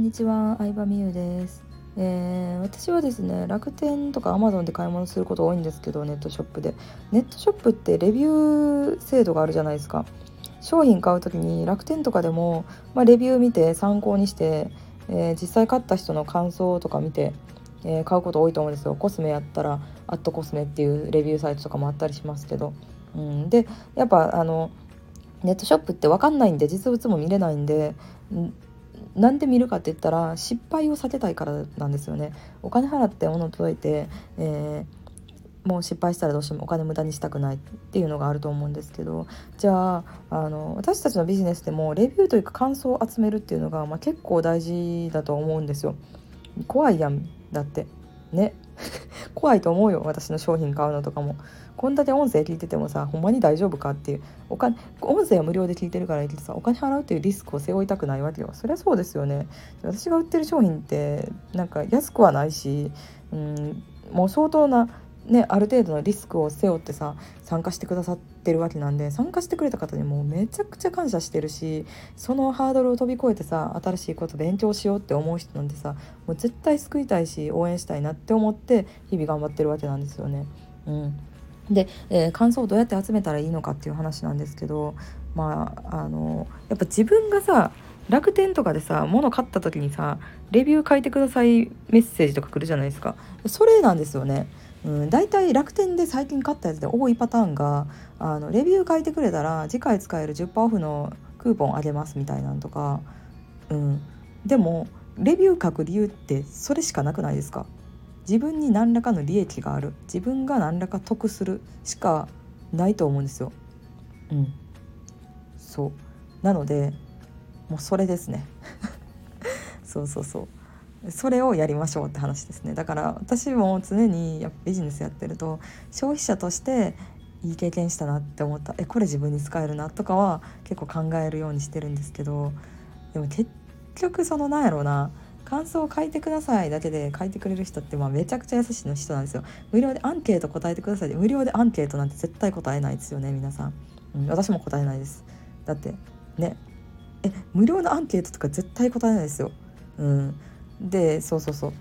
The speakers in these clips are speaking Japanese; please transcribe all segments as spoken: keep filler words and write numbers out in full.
にちは、相葉美優です。えー、私はですね、楽天とかアマゾンで買い物すること多いんですけど、ネットショップで。ネットショップってレビュー制度があるじゃないですか。商品買うときに楽天とかでも、まあ、レビュー見て参考にして、えー実際買った人の感想とか見て、えー買うこと多いと思うんですよ。コスメやったら、アットコスメっていうレビューサイトとかもあったりしますけど。うん、で、やっぱあの、ネットショップって分かんないんで、実物も見れないんで、んなんで見るかって言ったら失敗を避けたいからなんですよね。お金払って物届いて、えーもう失敗したらどうしてもお金無駄にしたくないっていうのがあると思うんですけど、じゃあ、あの私たちのビジネスでもレビューというか感想を集めるっていうのが、まあ、結構大事だと思うんですよ。怖いやん、だってね。怖いと思うよ、私の商品買うのとかも。こんだけ音声聞いててもさ、ほんまに大丈夫かっていう。お金音声は無料で聞いてるからいいけどさ、お金払うっていうリスクを背負いたくないわけよ。そりゃそうですよね。私が売ってる商品ってなんか安くはないし、うん、もう相当なね、ある程度のリスクを背負ってさ参加してくださってるわけなんで、参加してくれた方にもうめちゃくちゃ感謝してるし、そのハードルを飛び越えてさ、新しいこと勉強しようって思う人なんてさ、もう絶対救いたいし応援したいなって思って日々頑張ってるわけなんですよね。うん、で、えー感想をどうやって集めたらいいのかっていう話なんですけど、まああのやっぱ自分がさ、楽天とかでさ物買った時にさ、レビュー書いてくださいメッセージとか来るじゃないですか。それなんですよね。うん、だいたい楽天で最近買ったやつで多いパターンが、あのレビュー書いてくれたら次回使える じゅっパーセント オフのクーポンあげますみたいなんとか。うん、でもレビュー書く理由ってそれしかなくないですか？自分に何らかの利益がある、自分が何らか得するしかないと思うんですよ。うん、そうなので、もうそれですね。そうそうそう、それをやりましょうって話ですね。だから私も常にやっぱビジネスやってると、消費者としていい経験したなって思った、えこれ自分に使えるなとかは結構考えるようにしてるんですけど、でも結局そのなんやろうな、感想を書いてくださいだけで書いてくれる人ってまあめちゃくちゃ優しいの人なんですよ。無料でアンケート答えてくださいで、無料でアンケートなんて絶対答えないですよね、皆さん。うん、私も答えないです。だってね、え無料のアンケートとか絶対答えないですよ。うん、でそうそうそう、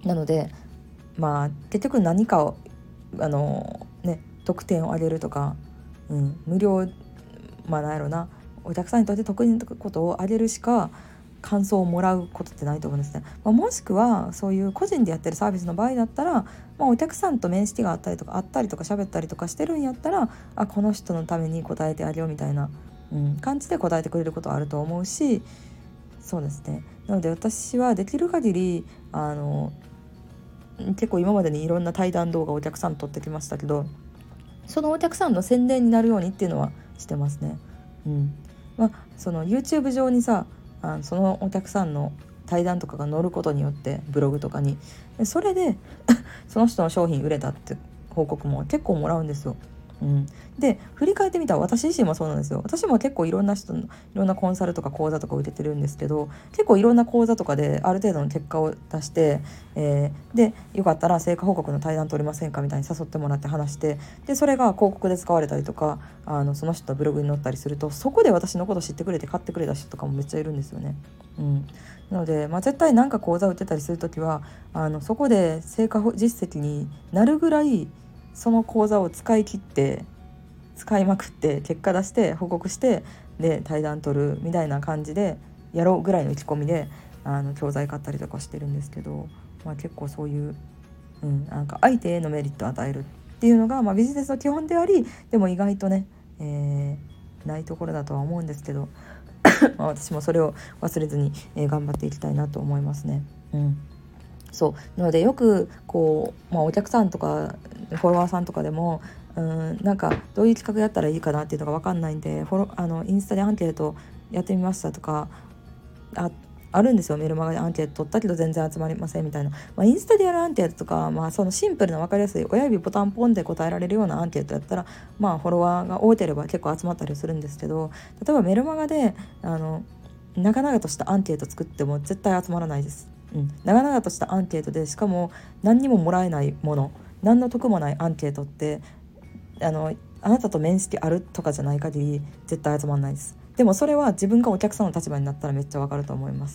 なのでまあ結局何かをあのね得点を上げるとか、うん、無料、まあなんやろな、お客さんにとって得意なことを上げるしか感想をもらうことってないと思うんですね。まあ、もしくはそういう個人でやってるサービスの場合だったら、まあ、お客さんと面識があったりとかあったりとか喋ったりとかしてるんやったら、あこの人のために答えてあげようみたいな、うん、感じで答えてくれることはあると思うし、そうですね。なので私はできる限りあの結構今までにいろんな対談動画をお客さんと撮ってきましたけど、そのお客さんの宣伝になるようにっていうのはしてますね。うん、まあその YouTube 上にさ、あのそのお客さんの対談とかが載ることによってブログとかに、それでその人の商品売れたって報告も結構もらうんですよ。うん、で振り返ってみたら私自身もそうなんですよ。私も結構いろんな人のいろんなコンサルとか講座とか受けてるんですけど、結構いろんな講座とかである程度の結果を出して、えー、でよかったら成果報告の対談取りませんかみたいに誘ってもらって話して、でそれが広告で使われたりとか、あのその人のブログに載ったりすると、そこで私のこと知ってくれて買ってくれた人とかもめっちゃいるんですよね。うん、なので、まあ、絶対何か講座を受けたりするときはあのそこで成果実績になるぐらいその講座を使い切って使いまくって結果出して報告して、で対談取るみたいな感じでやろうぐらいの意気込みであの教材買ったりとかしてるんですけど、まあ、結構そういう、うん、なんか相手へのメリットを与えるっていうのが、まあ、ビジネスの基本であり、でも意外とね、えー、ないところだとは思うんですけどまあ私もそれを忘れずに、えー頑張っていきたいなと思いますね。うんそうなのでよくこう、まあ、お客さんとかフォロワーさんとかでも、うんなんかどういう企画やったらいいかなっていうのが分かんないんで、フォロあのインスタでアンケートやってみましたとかああるんですよ。メルマガでアンケート取ったけど全然集まりませんみたいな、まあ、インスタでやるアンケートとか、まあ、そのシンプルな分かりやすい親指ボタンポンで答えられるようなアンケートやったら、まあフォロワーが多ければ結構集まったりするんですけど、例えばメルマガであの長々としたアンケート作っても絶対集まらないです。うん、長々としたアンケートでしかも何にももらえないもの、何の得もないアンケートってあのあなたと面識あるとかじゃない限り絶対集まらないです。でもそれは自分がお客さんの立場になったらめっちゃわかると思います。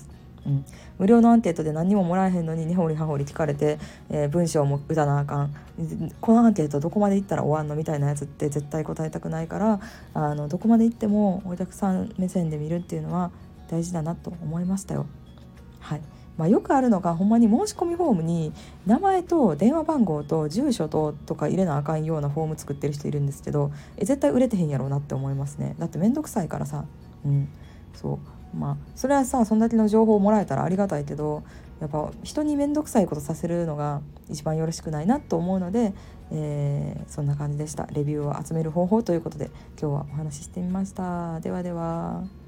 うん、無料のアンケートで何にももらえへんのに根掘り葉掘り聞かれて、えー、文章も打たなあかん、このアンケートどこまで行ったら終わんのみたいなやつって絶対答えたくないから、あのどこまで行ってもお客さん目線で見るっていうのは大事だなと思いましたよ。はい。まあ、よくあるのがほんまに申し込みフォームに名前と電話番号と住所ととか入れなあかんようなフォーム作ってる人いるんですけど、え絶対売れてへんやろうなって思いますね。だってめんどくさいからさ。うん、そうまあそれはさ、そんだけの情報をもらえたらありがたいけど、やっぱ人にめんどくさいことさせるのが一番よろしくないなと思うので、えーそんな感じでした。レビューを集める方法ということで今日はお話ししてみました。ではでは。